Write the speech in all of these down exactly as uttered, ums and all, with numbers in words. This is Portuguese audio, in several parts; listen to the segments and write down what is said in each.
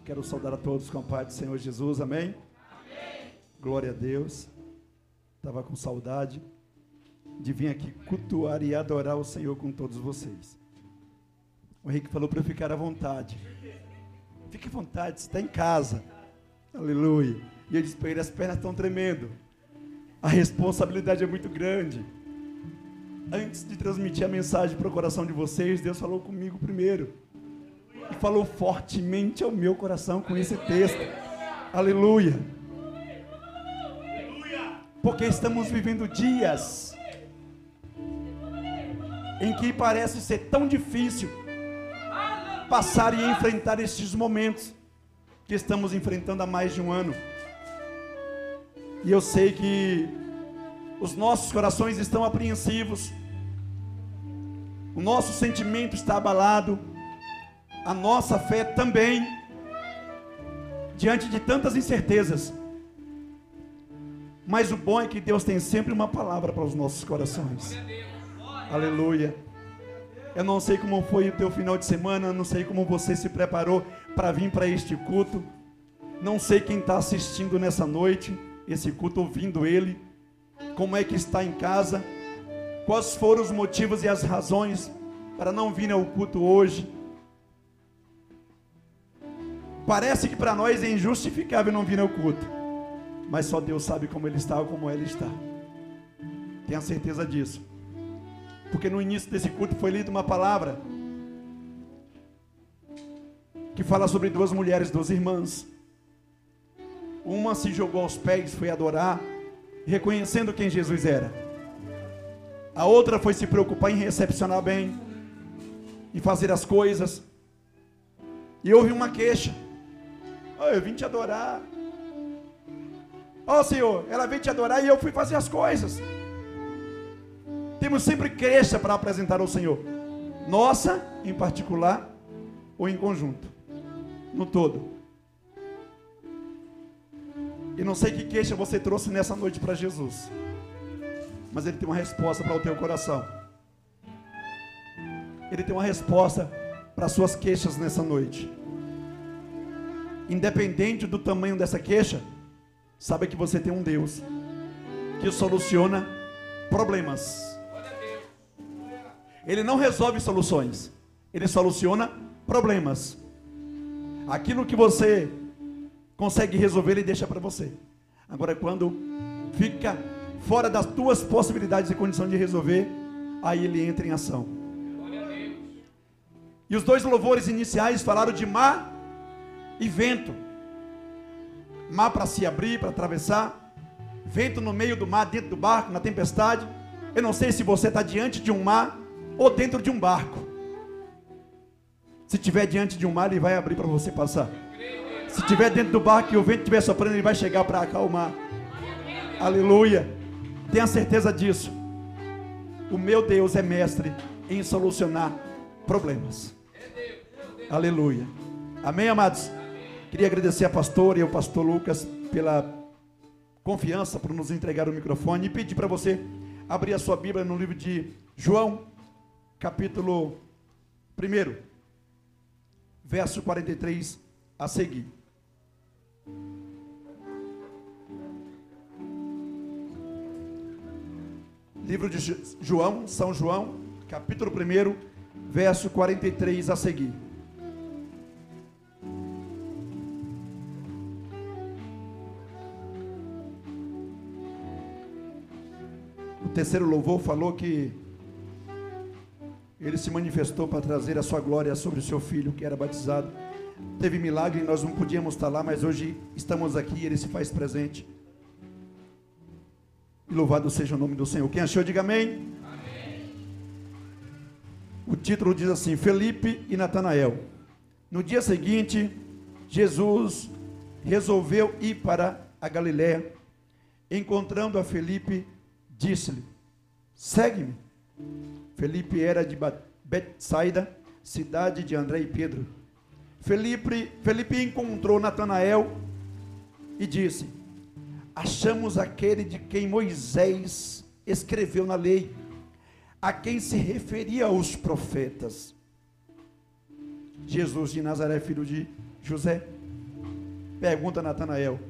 Quero saudar a todos com a paz do Senhor Jesus, amém? Amém. Glória a Deus. Estava com saudade de vir aqui cultuar e adorar o Senhor com todos vocês. O Henrique falou para eu ficar à vontade. Fique à vontade, você está em casa. Aleluia. E eu disse para ele, as pernas estão tremendo. A responsabilidade é muito grande. Antes de transmitir a mensagem para o coração de vocês, Deus falou comigo primeiro. E falou fortemente ao meu coração com esse texto. Aleluia. Porque estamos vivendo dias em que parece ser tão difícil passar e enfrentar estes momentos que estamos enfrentando há mais de um ano. E eu sei que os nossos corações estão apreensivos, o nosso sentimento está abalado, a nossa fé também, diante de tantas incertezas. Mas o bom é que Deus tem sempre uma palavra para os nossos corações. Aleluia. Eu não sei como foi o teu final de semana, não sei como você se preparou para vir para este culto, não sei quem está assistindo nessa noite esse culto, ouvindo ele, como é que está em casa, quais foram os motivos e as razões para não vir ao culto hoje. Parece que para nós é injustificável não vir ao culto, mas só Deus sabe como ele está ou como ela está. Tenha certeza disso, porque no início desse culto foi lida uma palavra que fala sobre duas mulheres, duas irmãs. Uma se jogou aos pés, foi adorar, reconhecendo quem Jesus era. A outra foi se preocupar em recepcionar bem, em fazer as coisas. E houve uma queixa. Oh, eu vim te adorar. Ó, oh, Senhor, ela veio te adorar e eu fui fazer as coisas. Temos sempre queixa para apresentar ao Senhor. Nossa, em particular, ou em conjunto, no todo. E não sei que queixa você trouxe nessa noite para Jesus, mas Ele tem uma resposta para o teu coração. Ele tem uma resposta para as suas queixas nessa noite. Independente do tamanho dessa queixa, saiba que você tem um Deus que soluciona problemas. Ele não resolve soluções, Ele soluciona problemas. Aquilo que você consegue resolver, Ele deixa para você. Agora, quando fica fora das tuas possibilidades e condição de resolver, aí Ele entra em ação. E os dois louvores iniciais falaram de mar e vento. Mar para se abrir, para atravessar. Vento no meio do mar, dentro do barco, na tempestade. Eu não sei se você está diante de um mar ou dentro de um barco. Se estiver diante de um mar, Ele vai abrir para você passar. Se estiver dentro do barco e o vento estiver soprando, Ele vai chegar para acalmar. Aleluia. Tenha certeza disso. O meu Deus é mestre em solucionar problemas. Aleluia. Amém, amados? Queria agradecer a pastora e ao pastor Lucas pela confiança, por nos entregar o microfone, e pedir para você abrir a sua Bíblia no livro de João, capítulo um, verso quarenta e três a seguir. Livro de João, São João, capítulo um, verso quarenta e três a seguir. O terceiro louvor falou que Ele se manifestou para trazer a sua glória sobre o seu filho que era batizado. Teve milagre, nós não podíamos estar lá, mas hoje estamos aqui e Ele se faz presente. E louvado seja o nome do Senhor. Quem achou, diga amém. Amém. O título diz assim: Felipe e Natanael. No dia seguinte, Jesus resolveu ir para a Galiléia. Encontrando a Felipe, disse-lhe: segue-me. Felipe era de Betsaida, cidade de André e Pedro. Felipe, Felipe encontrou Natanael e disse: achamos aquele de quem Moisés escreveu na lei, a quem se referia os profetas, Jesus de Nazaré, filho de José. pergunta a Natanael: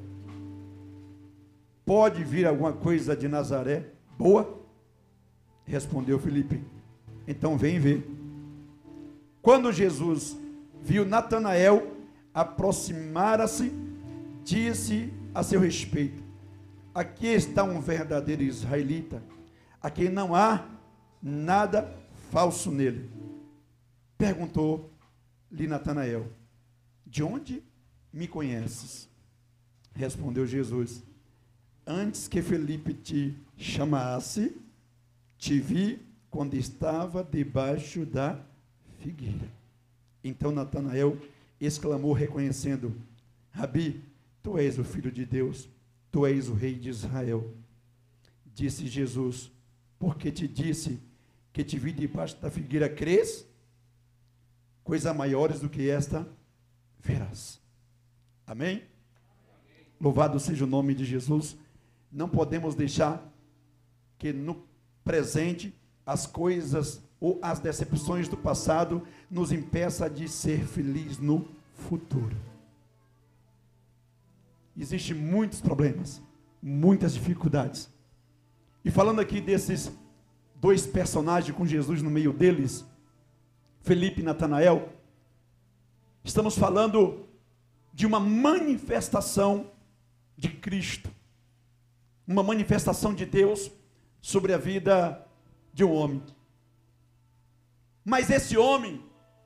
pode vir alguma coisa de Nazaré boa? Respondeu Filipe: então vem ver. Quando Jesus viu Natanael aproximar-se, disse a seu respeito: aqui está um verdadeiro israelita, a quem não há nada falso nele. Perguntou-lhe Natanael: de onde me conheces? Respondeu Jesus: antes que Filipe te chamasse, te vi quando estava debaixo da figueira. Então Natanael exclamou, reconhecendo: Rabi, tu és o Filho de Deus, tu és o Rei de Israel. Disse Jesus: porque te disse que te vi debaixo da figueira, crês? Coisas maiores do que esta verás. Amém? Amém? Louvado seja o nome de Jesus. Não podemos deixar que no presente as coisas ou as decepções do passado nos impeça de ser feliz no futuro. Existem muitos problemas, muitas dificuldades. E falando aqui desses dois personagens com Jesus no meio deles, Felipe e Natanael, estamos falando de uma manifestação de Cristo, uma manifestação de Deus sobre a vida de um homem. Mas esse homem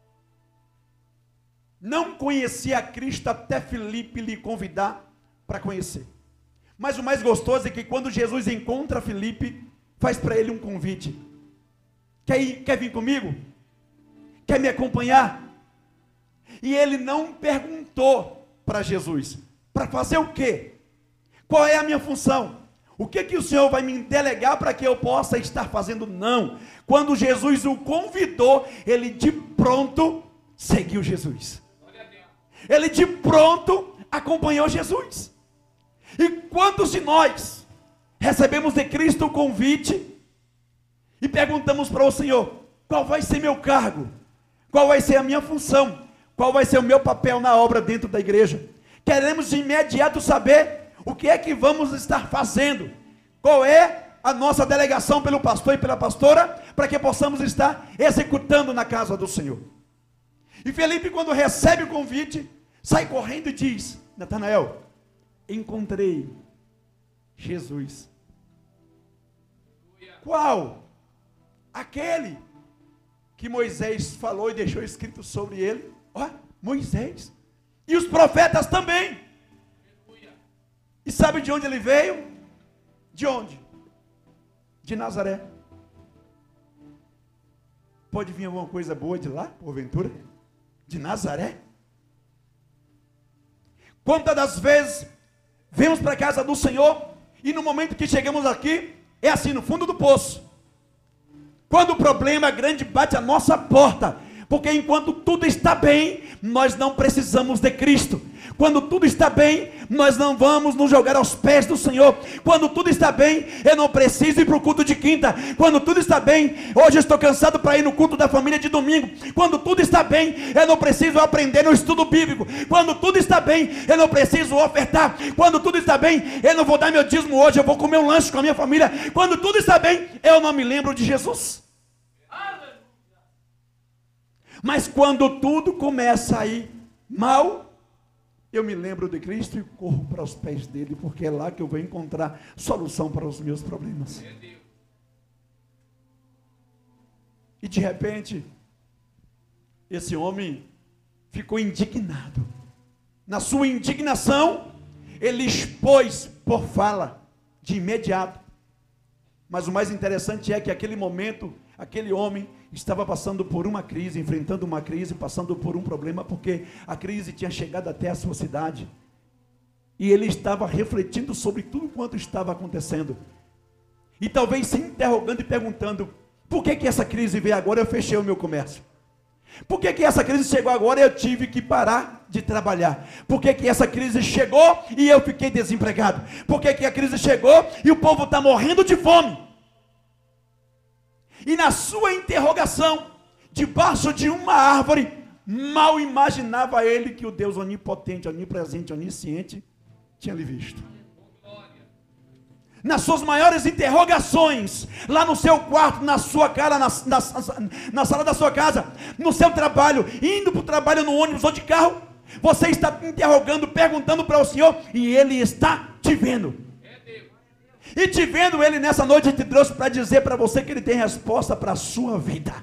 não conhecia a Cristo até Felipe lhe convidar para conhecer. Mas o mais gostoso é que quando Jesus encontra Felipe, faz para ele um convite: quer ir, quer vir comigo? Quer me acompanhar? E ele não perguntou para Jesus: para fazer o quê? Qual é a minha função? O que que o Senhor vai me delegar para que eu possa estar fazendo? Não. Quando Jesus o convidou, ele de pronto seguiu Jesus. Ele de pronto acompanhou Jesus. E quantos de nós recebemos de Cristo o convite e perguntamos para o Senhor: qual vai ser meu cargo? Qual vai ser a minha função? Qual vai ser o meu papel na obra dentro da igreja? Queremos de imediato saber o que é que vamos estar fazendo, qual é a nossa delegação pelo pastor e pela pastora, para que possamos estar executando na casa do Senhor. E Felipe, quando recebe o convite, sai correndo e diz: Natanael, encontrei Jesus. Qual? Aquele que Moisés falou e deixou escrito sobre ele. Ó, Moisés. E os profetas também. E sabe de onde ele veio? De onde? De Nazaré. Pode vir alguma coisa boa de lá, porventura? De Nazaré? Quantas das vezes vemos para a casa do Senhor e no momento que chegamos aqui, é assim, no fundo do poço. Quando o problema grande bate a nossa porta, porque enquanto tudo está bem, nós não precisamos de Cristo. Quando tudo está bem, nós não vamos nos jogar aos pés do Senhor. Quando tudo está bem, eu não preciso ir para o culto de quinta. Quando tudo está bem, hoje eu estou cansado para ir no culto da família de domingo. Quando tudo está bem, eu não preciso aprender no estudo bíblico. Quando tudo está bem, eu não preciso ofertar. Quando tudo está bem, eu não vou dar meu dízimo hoje, eu vou comer um lanche com a minha família. Quando tudo está bem, eu não me lembro de Jesus. Mas quando tudo começa a ir mal, eu me lembro de Cristo e corro para os pés dele, porque é lá que eu vou encontrar solução para os meus problemas. E de repente, esse homem ficou indignado. Na sua indignação, ele expôs por fala, de imediato. Mas o mais interessante é que aquele momento, aquele homem estava passando por uma crise, enfrentando uma crise, passando por um problema, porque a crise tinha chegado até a sua cidade. E ele estava refletindo sobre tudo quanto estava acontecendo. E talvez se interrogando e perguntando: por que que essa crise veio agora e eu fechei o meu comércio? Por que que essa crise chegou agora e eu tive que parar de trabalhar? Por que que essa crise chegou e eu fiquei desempregado? Por que que a crise chegou e o povo está morrendo de fome? E na sua interrogação, debaixo de uma árvore, Mal imaginava ele que o Deus onipotente, onipresente, onisciente tinha lhe visto. Nas suas maiores interrogações, lá no seu quarto, na sua casa, na, na, na sala da sua casa, no seu trabalho, indo para o trabalho no ônibus ou de carro, você está interrogando, perguntando para o Senhor, e Ele está te vendo. E te vendo, Ele nessa noite te trouxe para dizer para você que Ele tem resposta para a sua vida.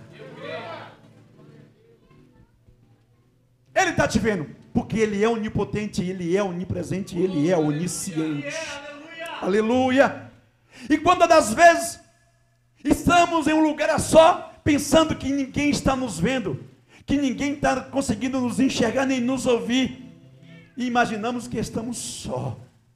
Ele está te vendo, porque Ele é onipotente, Ele é onipresente, Ele é onisciente. Aleluia. E quantas das vezes estamos em um lugar só, pensando que ninguém está nos vendo, que ninguém está conseguindo nos enxergar nem nos ouvir, e imaginamos que estamos só,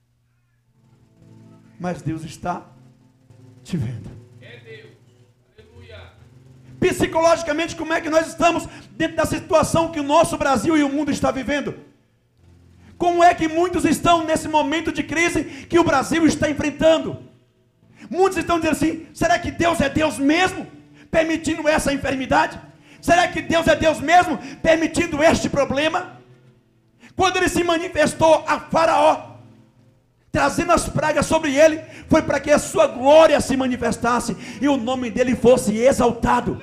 mas Deus está te vendo. É Deus. Aleluia. Psicologicamente, como é que nós estamos dentro da situação que o nosso Brasil e o mundo está vivendo? Como é que muitos estão nesse momento de crise que o Brasil está enfrentando? Muitos estão dizendo assim: será que Deus é Deus mesmo, permitindo essa enfermidade? Será que Deus é Deus mesmo, permitindo este problema? Quando Ele se manifestou a Faraó, trazendo as pragas sobre ele, foi para que a sua glória se manifestasse e o nome dele fosse exaltado.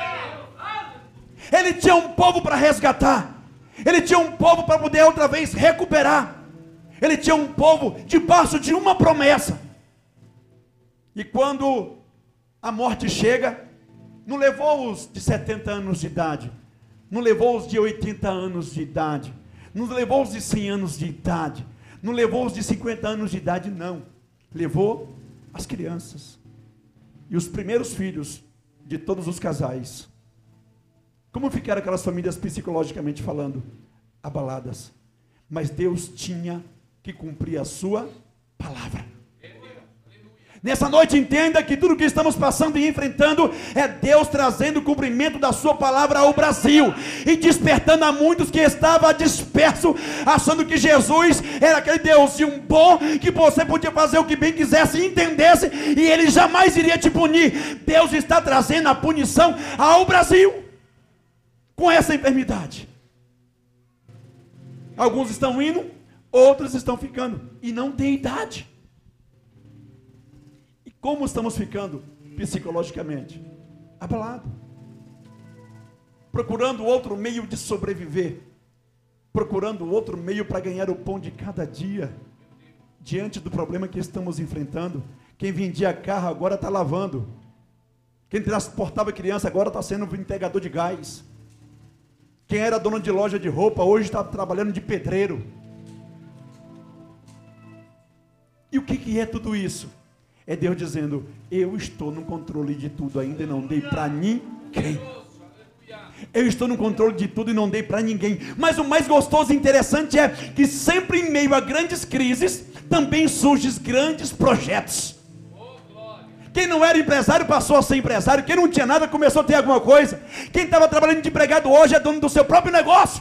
Ele tinha um povo para resgatar. Ele tinha um povo para poder outra vez recuperar. Ele tinha um povo debaixo de uma promessa. E quando a morte chega, não levou os de setenta anos de idade, não levou os de oitenta anos de idade, não levou os de cem anos de idade, não levou os de cinquenta anos de idade, não. Levou as crianças e os primeiros filhos de todos os casais. Como ficaram aquelas famílias psicologicamente falando? Abaladas. Mas Deus tinha que cumprir a sua palavra. Nessa noite entenda que tudo que estamos passando e enfrentando é Deus trazendo o cumprimento da sua palavra ao Brasil e despertando a muitos que estavam dispersos, achando que Jesus era aquele Deusinho bom, que você podia fazer o que bem quisesse e entendesse, e Ele jamais iria te punir. Deus está trazendo a punição ao Brasil com essa enfermidade. Alguns estão indo, outros estão ficando, e não tem idade. E como estamos ficando psicologicamente? Abalado, procurando outro meio de sobreviver, procurando outro meio para ganhar o pão de cada dia, diante do problema que estamos enfrentando. Quem vendia carro agora está lavando, quem transportava criança agora está sendo entregador de gás, quem era dono de loja de roupa hoje está trabalhando de pedreiro. E o que, que é tudo isso? É Deus dizendo: eu estou no controle de tudo ainda e não dei para ninguém. Eu estou no controle de tudo e não dei para ninguém. Mas o mais gostoso e interessante é que sempre em meio a grandes crises também surgem grandes projetos. Quem não era empresário passou a ser empresário. Quem não tinha nada começou a ter alguma coisa. Quem estava trabalhando de empregado hoje é dono do seu próprio negócio.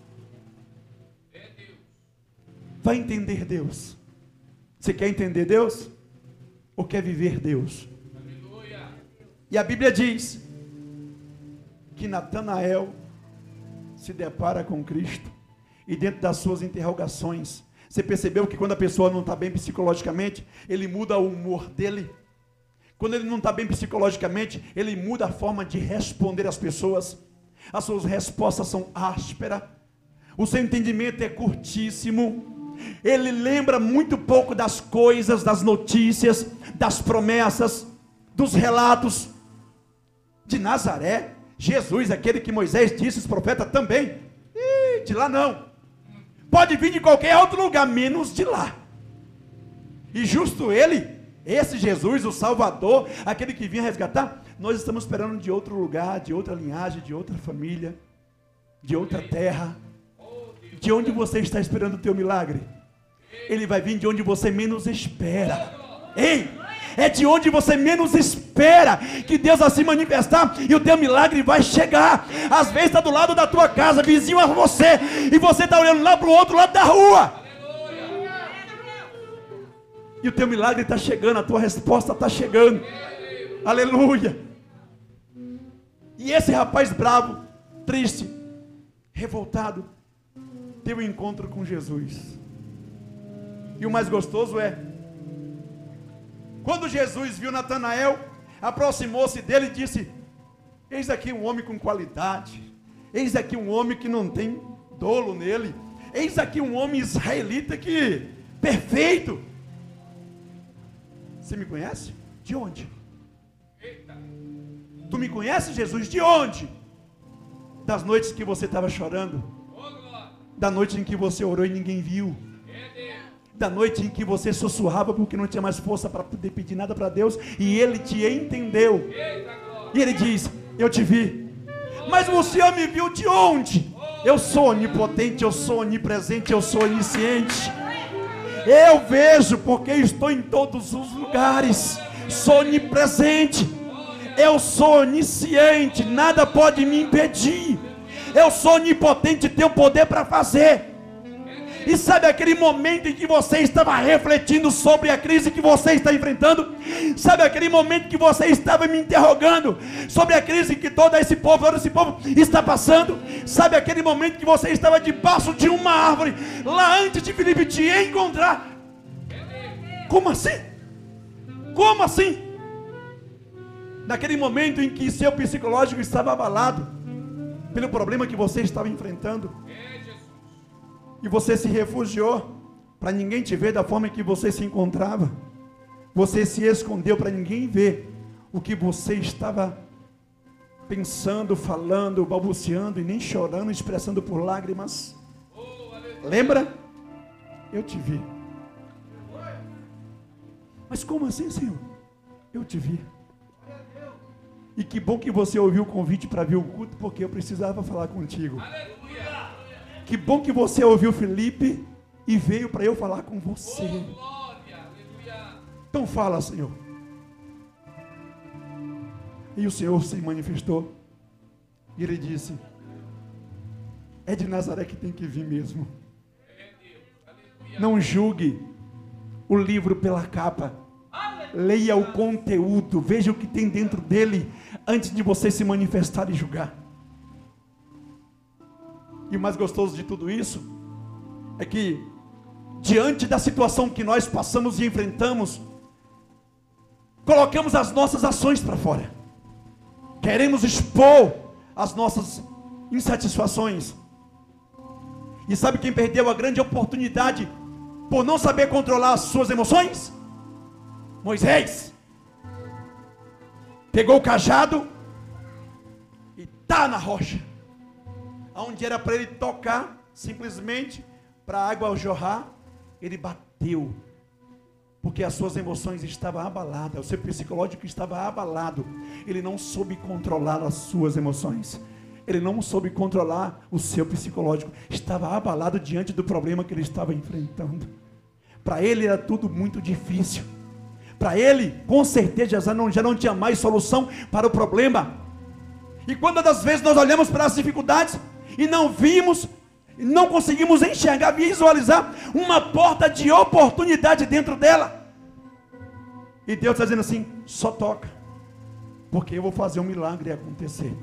Vai entender Deus. Você quer entender Deus? Ou quer viver Deus? Aleluia. E a Bíblia diz que Natanael se depara com Cristo, e dentro das suas interrogações, você percebeu que quando a pessoa não está bem psicologicamente, ele muda o humor dele. Quando ele não está bem psicologicamente, ele muda a forma de responder às pessoas. As suas respostas são ásperas, o seu entendimento é curtíssimo, ele lembra muito pouco das coisas, das notícias, das promessas, dos relatos de Nazaré. Jesus, aquele que Moisés disse, os profetas também. Ih, de lá não. Pode vir de qualquer outro lugar, menos de lá. E justo ele, esse Jesus, o Salvador, aquele que vinha resgatar, nós estamos esperando de outro lugar, de outra linhagem, de outra família, de outra terra. De onde você está esperando o teu milagre? Ele vai vir de onde você menos espera. Ei, é de onde você menos espera que Deus vai se manifestar e o teu milagre vai chegar. Às vezes está do lado da tua casa, vizinho a você, e você está olhando lá para o outro lado da rua. E o teu milagre está chegando, a tua resposta está chegando. Aleluia. E esse rapaz bravo, triste, revoltado, teve um encontro com Jesus. E o mais gostoso é, quando Jesus viu Natanael, aproximou-se dele e disse: eis aqui um homem com qualidade, eis aqui um homem que não tem dolo nele, eis aqui um homem israelita que, perfeito. Você me conhece? De onde? Eita. Tu me conheces, Jesus? De onde? Das noites que você estava chorando, Ô, glória. da noite em que você orou e ninguém viu, É Deus. da noite em que você sussurrava porque não tinha mais força para poder pedir nada para Deus, e Ele te entendeu, Eita, glória. e Ele diz: eu te vi. Mas o Senhor me viu de onde? Eu sou onipotente, eu sou onipresente, eu sou onisciente. Eu vejo porque estou em todos os lugares. Sou onipresente, eu sou onisciente, nada pode me impedir. Eu sou onipotente, tenho poder para fazer. E sabe aquele momento em que você estava refletindo sobre a crise que você está enfrentando? Sabe aquele momento que você estava me interrogando sobre a crise que todo esse povo, todo esse povo está passando? Sabe aquele momento que você estava debaixo de uma árvore, lá antes de Filipe te encontrar? Como assim? Como assim? Naquele momento em que seu psicológico estava abalado pelo problema que você estava enfrentando, e você se refugiou para ninguém te ver da forma que você se encontrava. Você se escondeu para ninguém ver o que você estava pensando, falando, balbuciando e nem chorando, expressando por lágrimas. Lembra? Eu te vi. Mas como assim, Senhor? Eu te vi. E que bom que você ouviu o convite para vir ao culto, porque eu precisava falar contigo. Que bom que você ouviu Felipe e veio para eu falar com você. Oh, glória, aleluia. Então fala, Senhor. E o Senhor se manifestou. E ele disse: é de Nazaré que tem que vir mesmo. Não julgue o livro pela capa. Leia o conteúdo, veja o que tem dentro dele, antes de você se manifestar e julgar. E o mais gostoso de tudo isso é que, diante da situação que nós passamos e enfrentamos, colocamos as nossas ações para fora. Queremos expor as nossas insatisfações. E sabe quem perdeu a grande oportunidade por não saber controlar as suas emoções? Moisés. Pegou o cajado e tá na rocha, onde era para ele tocar, simplesmente para a água jorrar, ele bateu, porque as suas emoções estavam abaladas, o seu psicológico estava abalado. Ele não soube controlar as suas emoções, ele não soube controlar o seu psicológico, estava abalado diante do problema que ele estava enfrentando. Para ele era tudo muito difícil, para ele com certeza já não, já não tinha mais solução para o problema. E quantas das vezes nós olhamos para as dificuldades e não vimos, não conseguimos enxergar, visualizar uma porta de oportunidade dentro dela. E Deus está dizendo assim: só toca, porque eu vou fazer um milagre acontecer.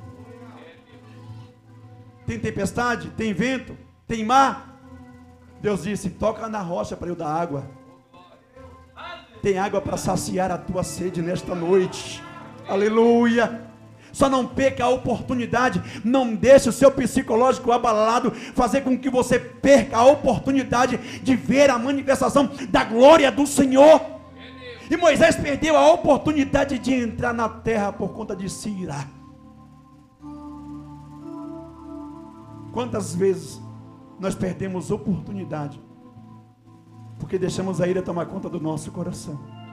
Tem tempestade, tem vento, tem mar. Deus disse: toca na rocha para eu dar água. Tem água para saciar a tua sede nesta noite. Aleluia. Só não perca a oportunidade. Não deixe o seu psicológico abalado fazer com que você perca a oportunidade de ver a manifestação da glória do Senhor. E Moisés perdeu a oportunidade de entrar na terra por conta de se irar. Quantas vezes nós perdemos oportunidade porque deixamos a ira tomar conta do nosso coração?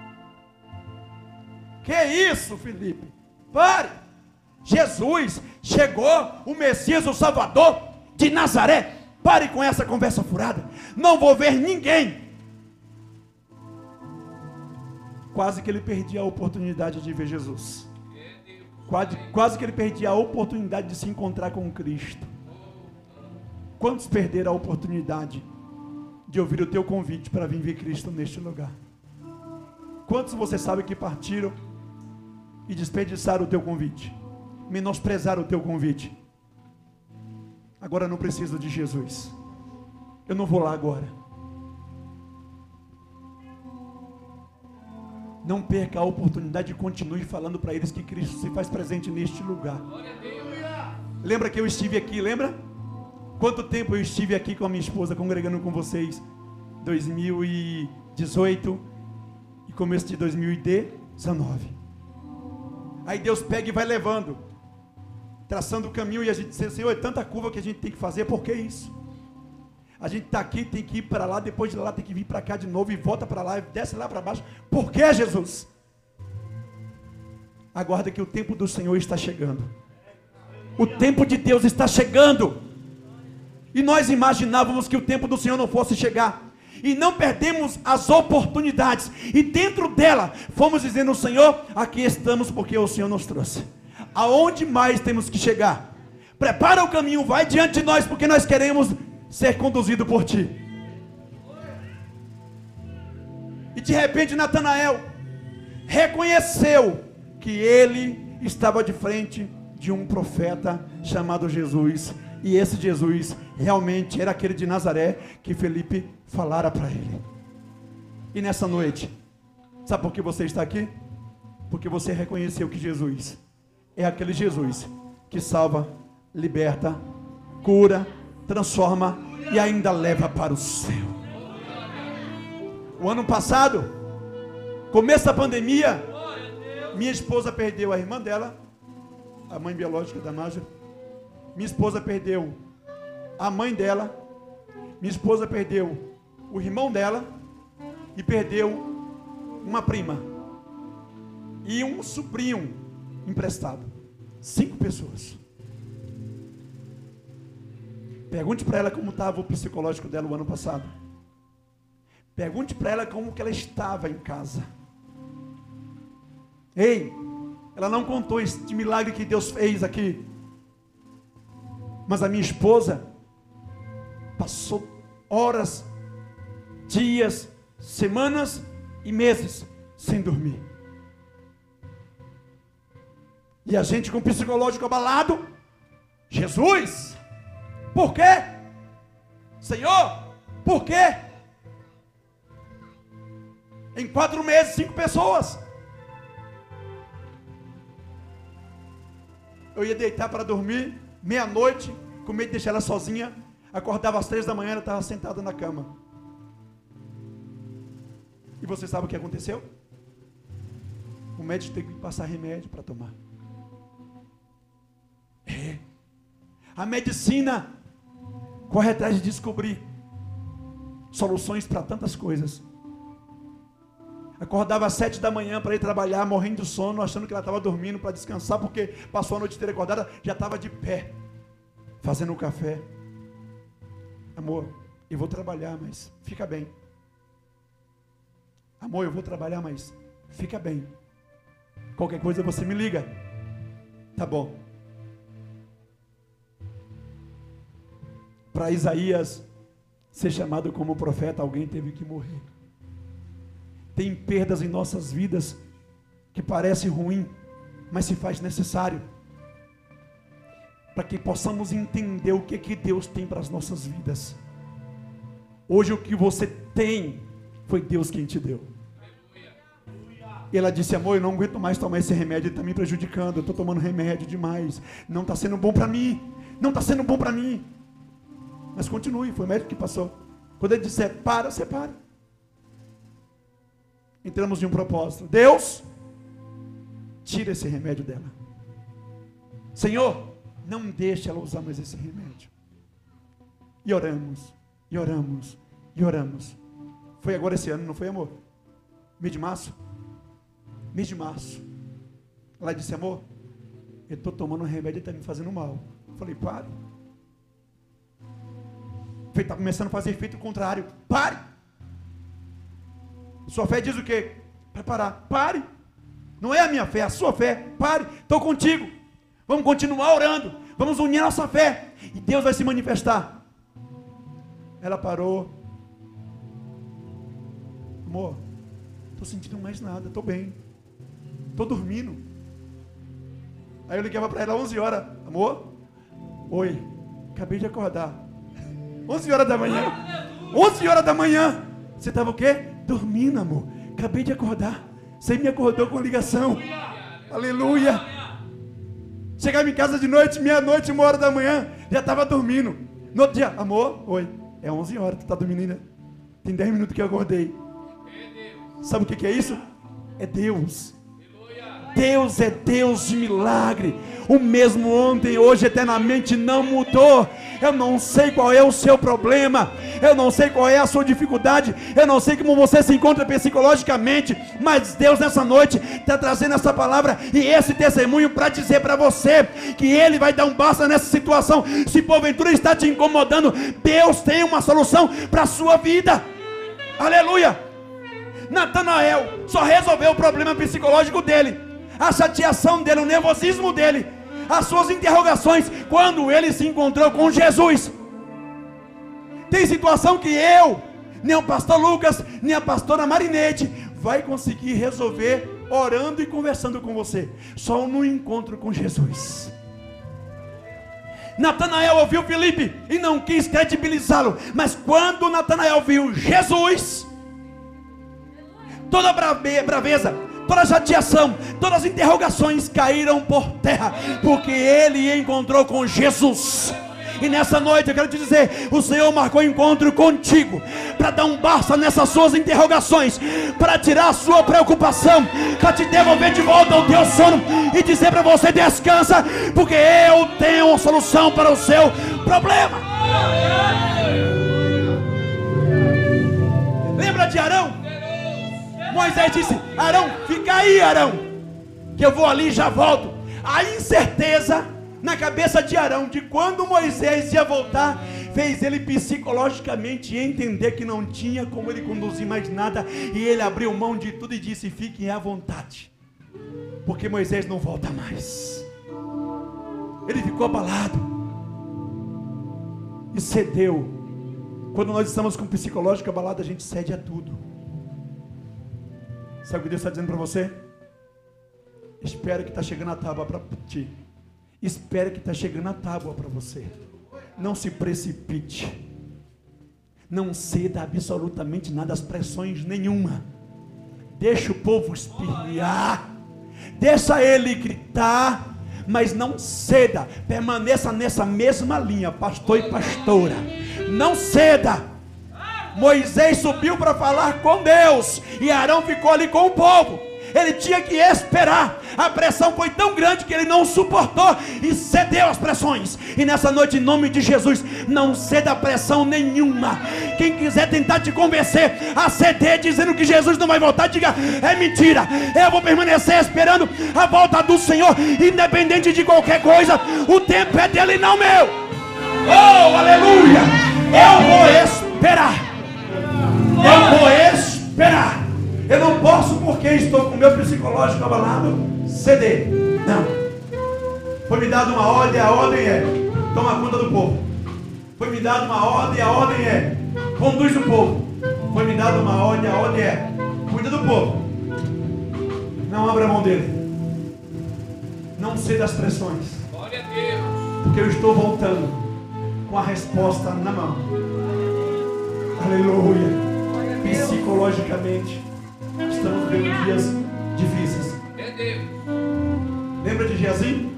Que isso, Felipe? Pare! Jesus chegou, o Messias, o Salvador de Nazaré. Pare com essa conversa furada. Não vou ver ninguém. Quase que ele perdia a oportunidade de ver Jesus. Quase, quase que ele perdia a oportunidade de se encontrar com Cristo. Quantos perderam a oportunidade de ouvir o teu convite para vir ver Cristo neste lugar? Quantos você sabe que partiram e desperdiçaram o teu convite, menosprezaram o teu convite? Agora eu não preciso de Jesus. Eu não vou lá agora. Não perca a oportunidade e continue falando para eles que Cristo se faz presente neste lugar. Lembra que eu estive aqui, lembra? Quanto tempo eu estive aqui com a minha esposa, congregando com vocês? dois mil e dezoito e começo de dois mil e dezenove. Aí Deus pega e vai levando, traçando o caminho, e a gente diz, Senhor, é tanta curva que a gente tem que fazer, por que isso? A gente está aqui, tem que ir para lá, depois de lá tem que vir para cá de novo, e volta para lá, e desce lá para baixo. Por que, Jesus? Aguarda que o tempo do Senhor está chegando. O tempo de Deus está chegando. E nós imaginávamos que o tempo do Senhor não fosse chegar. E não perdemos as oportunidades. E dentro dela, fomos dizendo, Senhor, aqui estamos porque o Senhor nos trouxe. Aonde mais temos que chegar? Prepara o caminho, vai diante de nós, porque nós queremos ser conduzido por Ti. E de repente Natanael reconheceu que ele estava de frente de um profeta chamado Jesus. E esse Jesus realmente era aquele de Nazaré que Felipe falara para ele. E nessa noite, sabe por que você está aqui? Porque você reconheceu que Jesus é aquele Jesus que salva, liberta, cura, transforma e ainda leva para o céu. O ano passado, começo da pandemia, minha esposa perdeu a irmã dela, a mãe biológica da Nádia. Minha esposa perdeu a mãe dela. Minha esposa perdeu o irmão dela. E perdeu uma prima. E um sobrinho emprestado. Cinco pessoas. Pergunte para ela como estava o psicológico dela o ano passado. Pergunte para ela como que ela estava em casa. Ei, ela não contou este milagre que Deus fez aqui. Mas a minha esposa passou horas, dias, semanas e meses sem dormir. E a gente com o psicológico abalado. Jesus, por quê? Senhor, por quê? Em quatro meses, cinco pessoas. Eu ia deitar para dormir, meia-noite, com medo de deixar ela sozinha. Acordava às três da manhã, ela estava sentada na cama. E você sabe o que aconteceu? O médico teve que passar remédio para tomar. É. A medicina corre atrás de descobrir soluções para tantas coisas. Acordava às sete da manhã para ir trabalhar, morrendo de sono, achando que ela estava dormindo para descansar, porque passou a noite inteira acordada, já estava de pé, fazendo um café. Amor, eu vou trabalhar, mas fica bem. Amor, eu vou trabalhar, mas fica bem. Qualquer coisa você me liga. Tá bom. Para Isaías ser chamado como profeta, alguém teve que morrer. Tem perdas em nossas vidas que parece ruim, mas se faz necessário para que possamos entender o que que Deus tem para as nossas vidas. Hoje o que você tem foi Deus quem te deu. E ela disse, amor, eu não aguento mais tomar esse remédio, ele está me prejudicando, eu estou tomando remédio demais, não está sendo bom para mim, não está sendo bom para mim. Mas continue, foi o médico que passou. Quando ele disser, para, você para. Entramos em um propósito. Deus, tira esse remédio dela. Senhor, não deixe ela usar mais esse remédio. E oramos, e oramos, e oramos. Foi agora esse ano, não foi, amor? Mês de março? Mês de março. Ela disse, amor, eu estou tomando um remédio e está me fazendo mal. Eu falei, pare. Está começando a fazer efeito contrário. Pare. Sua fé diz o quê? Preparar. Pare. Não é a minha fé, é a sua fé. Pare. Estou contigo. Vamos continuar orando. Vamos unir a nossa fé. E Deus vai se manifestar. Ela parou. Amor, estou sentindo mais nada. Estou bem. Estou dormindo. Aí eu ligava para ela às onze horas. Amor? Oi. Acabei de acordar. onze horas da manhã. onze horas da manhã. Você estava o quê? Dormindo, amor. Acabei de acordar. Você me acordou com ligação. Aleluia. Chegava em casa de noite, meia-noite, uma hora da manhã. Já estava dormindo. No outro dia, amor, oi. É onze horas, tu tá dormindo ainda? Tem dez minutos que eu acordei. Sabe o que, que é isso? É Deus. Deus é Deus de milagre. O mesmo ontem, hoje, eternamente não mudou. Eu não sei qual é o seu problema. Eu não sei qual é a sua dificuldade. Eu não sei como você se encontra psicologicamente. Mas Deus nessa noite está trazendo essa palavra e esse testemunho para dizer para você que Ele vai dar um basta nessa situação. Se porventura está te incomodando, Deus tem uma solução para a sua vida. Aleluia. Natanael só resolveu o problema psicológico dele, a chateação dele, o nervosismo dele, as suas interrogações, quando ele se encontrou com Jesus. Tem situação que eu, nem o pastor Lucas, nem a pastora Marinete vai conseguir resolver orando e conversando com você, só no encontro com Jesus. Natanael ouviu Filipe e não quis credibilizá-lo, mas quando Natanael viu Jesus, toda brave, braveza, toda chateação, todas as interrogações caíram por terra, porque ele encontrou com Jesus. E nessa noite eu quero te dizer, o Senhor marcou encontro contigo, para dar um basta nessas suas interrogações, para tirar a sua preocupação, para te devolver de volta o teu sono, e dizer para você, descansa, porque eu tenho uma solução para o seu problema. Lembra de Arão? Moisés disse, Arão, fica aí, Arão, que eu vou ali e já volto. A incerteza na cabeça de Arão, de quando Moisés ia voltar, fez ele psicologicamente entender que não tinha como ele conduzir mais nada, e ele abriu mão de tudo e disse, fiquem à vontade, porque Moisés não volta mais. Ele ficou abalado e cedeu. Quando nós estamos com o psicológico abalado, a gente cede a tudo. Sabe o que Deus está dizendo para você? Espera que está chegando a tábua para ti. Espera que está chegando a tábua para você. Não se precipite. Não ceda absolutamente nada às pressões nenhuma. Deixa o povo espernear. Deixa ele gritar. Mas não ceda. Permaneça nessa mesma linha, pastor e pastora. Não ceda. Moisés subiu para falar com Deus, e Arão ficou ali com o povo. Ele tinha que esperar. A pressão foi tão grande que ele não suportou e cedeu às pressões. E nessa noite, em nome de Jesus, não ceda a pressão nenhuma. Quem quiser tentar te convencer a ceder, dizendo que Jesus não vai voltar, diga, é mentira. Eu vou permanecer esperando a volta do Senhor, independente de qualquer coisa. O tempo é dele e não meu. Oh, aleluia. Eu vou esperar. Eu vou esperar. Eu não posso, porque estou com o meu psicológico abalado, ceder. Não. Foi me dada uma ordem, a ordem é toma conta do povo. Foi me dada uma ordem, a ordem é conduz o povo. Foi me dada uma ordem, a ordem é cuida do povo. Não abra a mão dele. Não ceda às pressões. Glória a Deus. Porque eu estou voltando com a resposta na mão. Aleluia. Psicologicamente estamos vivendo dias difíceis. É Deus. Lembra de Geazi?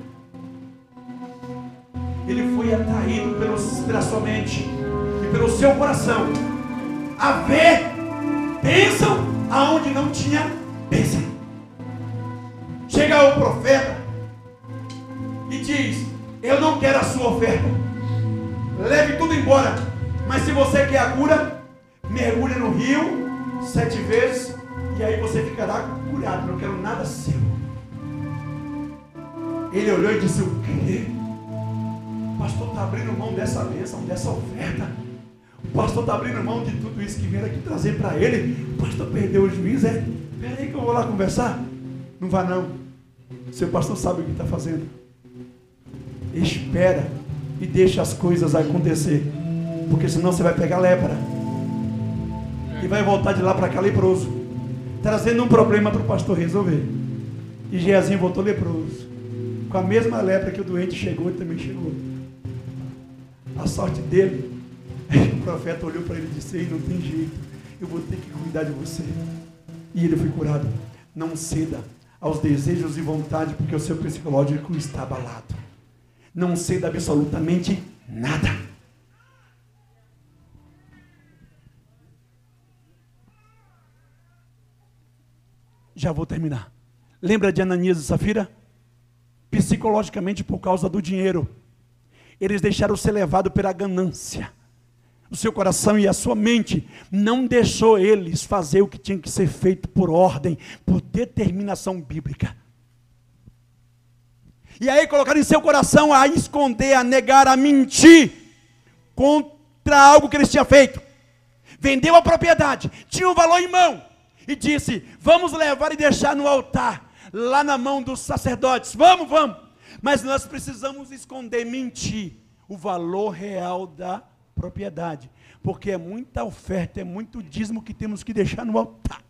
Ele foi atraído pelo, pela sua mente e pelo seu coração a ver bênção aonde não tinha bênção. Chega o profeta e diz, eu não quero a sua oferta, leve tudo embora, mas se você quer a cura, mergulha no rio sete vezes e aí você ficará curado. Não quero nada seu. Ele olhou e disse, o quê? O pastor está abrindo mão dessa bênção, dessa oferta. O pastor está abrindo mão de tudo isso que vieram aqui trazer para ele. O pastor perdeu o juízo, é? Espera aí que eu vou lá conversar. Não vá não. Seu pastor sabe o que está fazendo. Espera e deixa as coisas acontecer, porque senão você vai pegar lepra e vai voltar de lá para cá leproso, trazendo um problema para o pastor resolver. E Geazinho voltou leproso, com a mesma lepra que o doente chegou e também chegou. a sorte dele. Aí o profeta olhou para ele e disse: ei, não tem jeito, eu vou ter que cuidar de você. E ele foi curado. Não ceda aos desejos e vontade, porque o seu psicológico está abalado. Não ceda absolutamente nada. Já vou terminar. Lembra de Ananias e Safira? Psicologicamente, por causa do dinheiro, eles deixaram ser levados pela ganância. O seu coração e a sua mente não deixou eles fazer o que tinha que ser feito por ordem, por determinação bíblica. E aí colocaram em seu coração a esconder, a negar, a mentir contra algo que eles tinham feito. Vendeu a propriedade, tinha um valor em mão, e disse: vamos levar e deixar no altar, lá na mão dos sacerdotes, vamos, vamos, mas nós precisamos esconder, mentir, o valor real da propriedade, porque é muita oferta, é muito dízimo que temos que deixar no altar.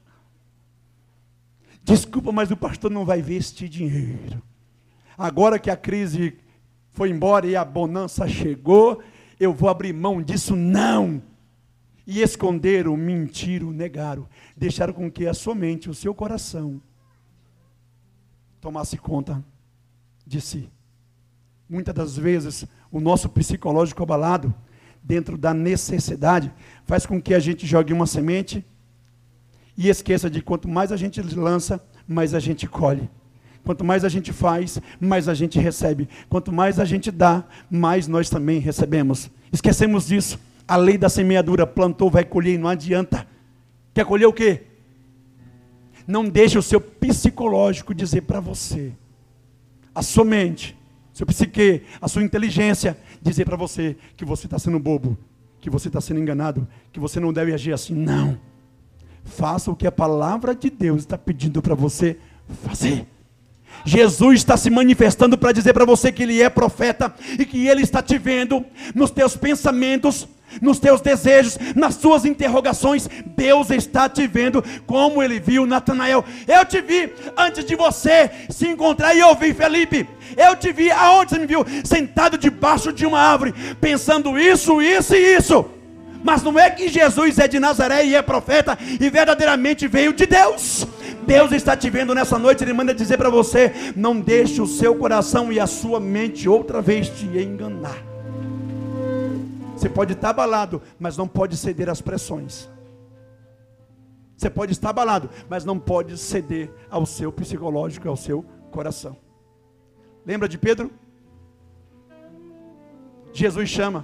Desculpa, mas o pastor não vai ver este dinheiro. Agora que a crise foi embora e a bonança chegou, eu vou abrir mão disso? Não. E esconderam, mentiram, negaram, deixaram com que a sua mente, o seu coração, tomasse conta de si. Muitas das vezes, o nosso psicológico abalado, dentro da necessidade, faz com que a gente jogue uma semente e esqueça de quanto mais a gente lança, mais a gente colhe. Quanto mais a gente faz, mais a gente recebe. Quanto mais a gente dá, mais nós também recebemos. Esquecemos disso. A lei da semeadura: plantou, vai colher, e não adianta. Quer colher o quê? Não deixe o seu psicológico dizer para você, a sua mente, seu psique, a sua inteligência, dizer para você que você está sendo bobo, que você está sendo enganado, que você não deve agir assim. Não. Faça o que a palavra de Deus está pedindo para você fazer. Jesus está se manifestando para dizer para você que Ele é profeta e que Ele está te vendo nos teus pensamentos, nos teus desejos, nas suas interrogações. Deus está te vendo como Ele viu Natanael. Eu te vi antes de você se encontrar e ouvir Felipe. Eu te vi aonde você me viu? Sentado debaixo de uma árvore, pensando isso, isso e isso. Mas não é que Jesus é de Nazaré e é profeta e verdadeiramente veio de Deus. Deus está te vendo nessa noite. Ele manda dizer para você: não deixe o seu coração e a sua mente outra vez te enganar. Você pode estar abalado, mas não pode ceder às pressões. Você pode estar abalado, mas não pode ceder ao seu psicológico, ao seu coração. Lembra de Pedro? Jesus chama.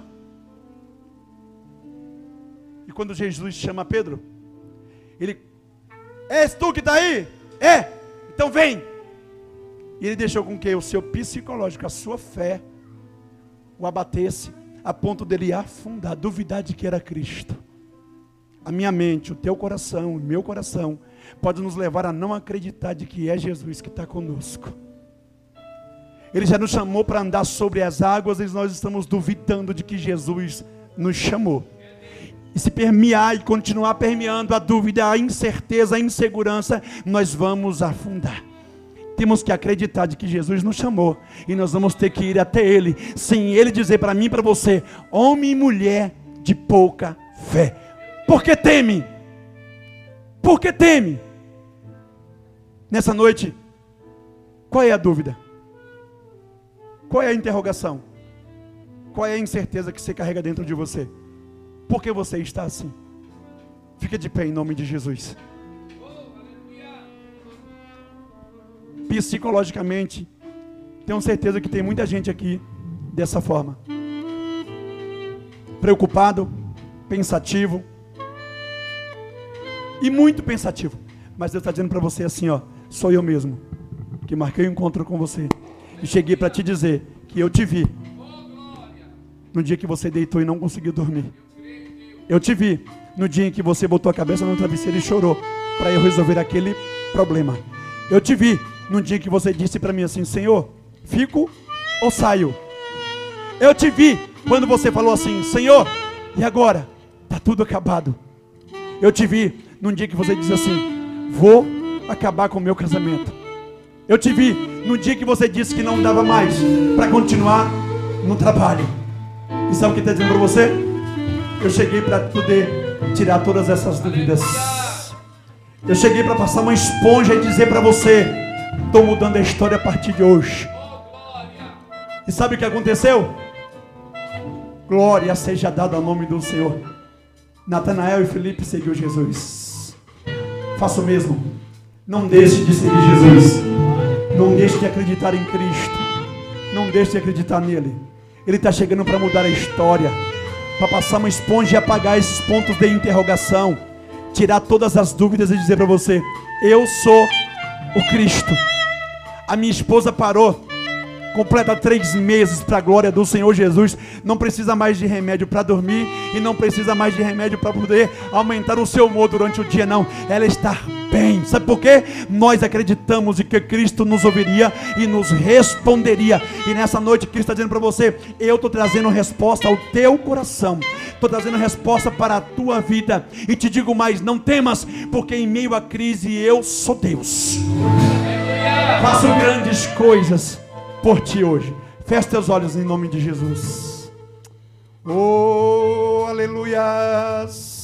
E quando Jesus chama Pedro, ele: és tu que está aí? É, então vem. E ele deixou com que o seu psicológico, a sua fé, o abatesse, a ponto dele afundar, duvidar de que era Cristo. A minha mente, o teu coração, o meu coração, pode nos levar a não acreditar de que é Jesus que está conosco. Ele já nos chamou para andar sobre as águas e nós estamos duvidando de que Jesus nos chamou. E se permear e continuar permeando a dúvida, a incerteza, a insegurança, nós vamos afundar. Temos que acreditar de que Jesus nos chamou e nós vamos ter que ir até Ele, sem Ele dizer para mim e para você: homem e mulher de pouca fé. Por que teme? Por que teme? Nessa noite, qual é a dúvida? Qual é a interrogação? Qual é a incerteza que você carrega dentro de você? Por que você está assim? Fica de pé em nome de Jesus. Psicologicamente, tenho certeza que tem muita gente aqui dessa forma, preocupado, pensativo e muito pensativo. Mas Deus está dizendo para você assim, ó: sou eu mesmo que marquei o encontro com você e cheguei para te dizer que eu te vi no dia que você deitou e não conseguiu dormir. Eu te vi no dia em que você botou a cabeça no travesseiro e chorou para eu resolver aquele problema. Eu te vi no dia que você disse para mim assim: Senhor, fico ou saio? Eu te vi quando você falou assim: Senhor, e agora? Está tudo acabado. Eu te vi no dia que você disse assim: vou acabar com o meu casamento. Eu te vi no dia que você disse que não dava mais para continuar no trabalho. E sabe o que está dizendo para você? Eu cheguei para poder tirar todas essas dúvidas. Eu cheguei para passar uma esponja e dizer para você: estou mudando a história a partir de hoje. E sabe o que aconteceu? Glória seja dada ao nome do Senhor. Natanael e Felipe seguiu Jesus. Faça o mesmo. Não deixe de seguir Jesus. Não deixe de acreditar em Cristo. Não deixe de acreditar nele. Ele está chegando para mudar a história, para passar uma esponja e apagar esses pontos de interrogação, tirar todas as dúvidas e dizer para você: eu sou o Cristo. A minha esposa parou, completa três meses para a glória do Senhor Jesus. Não precisa mais de remédio para dormir, e não precisa mais de remédio para poder aumentar o seu humor durante o dia, não. Ela está bem. Sabe por quê? Nós acreditamos em que Cristo nos ouviria e nos responderia. E nessa noite Cristo está dizendo para você: eu estou trazendo resposta ao teu coração, estou trazendo resposta para a tua vida. E te digo mais: não temas, porque em meio à crise eu sou Deus. Faço grandes coisas por ti hoje. Feche teus olhos em nome de Jesus. Oh, aleluias.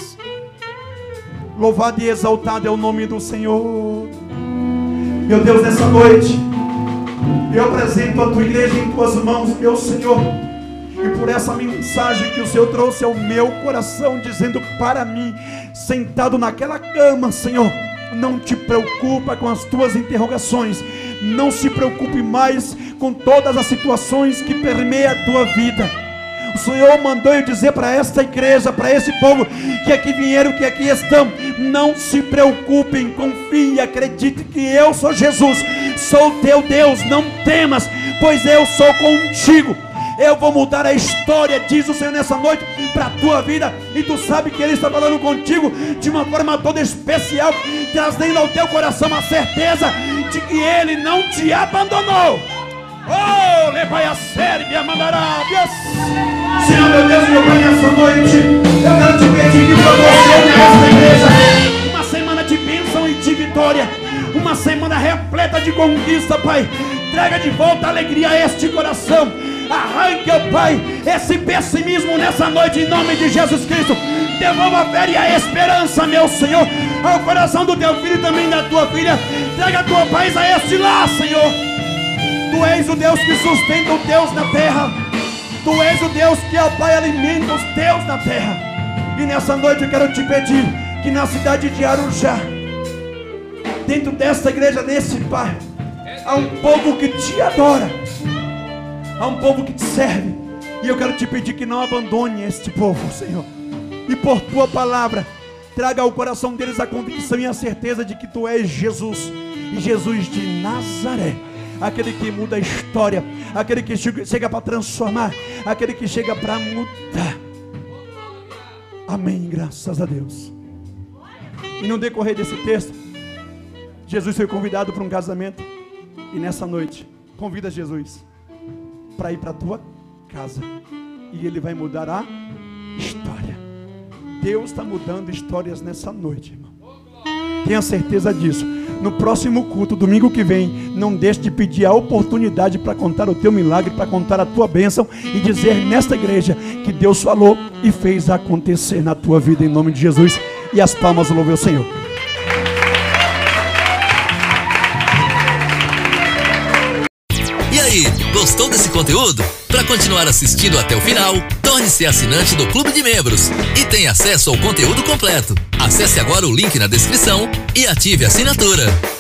Louvado e exaltado é o nome do Senhor. Meu Deus, nessa noite eu apresento a tua igreja em tuas mãos, meu Senhor. E por essa mensagem que o Senhor trouxe ao meu coração, dizendo para mim, sentado naquela cama, Senhor, não te preocupa com as tuas interrogações. Não se preocupe mais com todas as situações que permeiam a tua vida. O Senhor mandou eu dizer para esta igreja, para esse povo que aqui vieram, que aqui estão: não se preocupem, confie, acredite que eu sou Jesus, sou teu Deus, não temas, pois eu sou contigo. Eu vou mudar a história, diz o Senhor nessa noite, para a tua vida. E tu sabe que Ele está falando contigo de uma forma toda especial, trazendo ao teu coração a certeza de que Ele não te abandonou. Oh, levai a sério, minha mandarábias. Senhor, meu Deus, meu Pai, nessa noite eu quero te pedir que para você nesta igreja uma semana de bênção e de vitória, uma semana repleta de conquista, Pai. Traga de volta a alegria a este coração. Arranque, ó Pai, esse pessimismo nessa noite em nome de Jesus Cristo. Devolva a fé e a esperança, meu Senhor, ao coração do teu filho e também da tua filha. Traga a tua paz a este lar, Senhor. Tu és o Deus que sustenta os teus na terra. Tu és o Deus que, ó Pai, alimenta os teus na terra. E nessa noite eu quero te pedir que na cidade de Arujá, dentro desta igreja, nesse Pai, há um povo que te adora, há um povo que te serve. E eu quero te pedir que não abandone este povo, Senhor. E por tua palavra, traga ao coração deles a convicção e a certeza de que tu és Jesus, e Jesus de Nazaré, aquele que muda a história, aquele que chega para transformar, aquele que chega para mudar. Amém, graças a Deus. E no decorrer desse texto, Jesus foi convidado para um casamento. E nessa noite, convida Jesus para ir para a tua casa, e Ele vai mudar a história. Deus está mudando histórias nessa noite, irmão. Tenha certeza disso. No próximo culto, domingo que vem, não deixe de pedir a oportunidade para contar o teu milagre, para contar a tua bênção e dizer nesta igreja que Deus falou e fez acontecer na tua vida, em nome de Jesus. E as palmas louvem o Senhor. E aí, gostou desse conteúdo? Para continuar assistindo até o final, torne-se assinante do Clube de Membros e tenha acesso ao conteúdo completo. Acesse agora o link na descrição e ative a assinatura.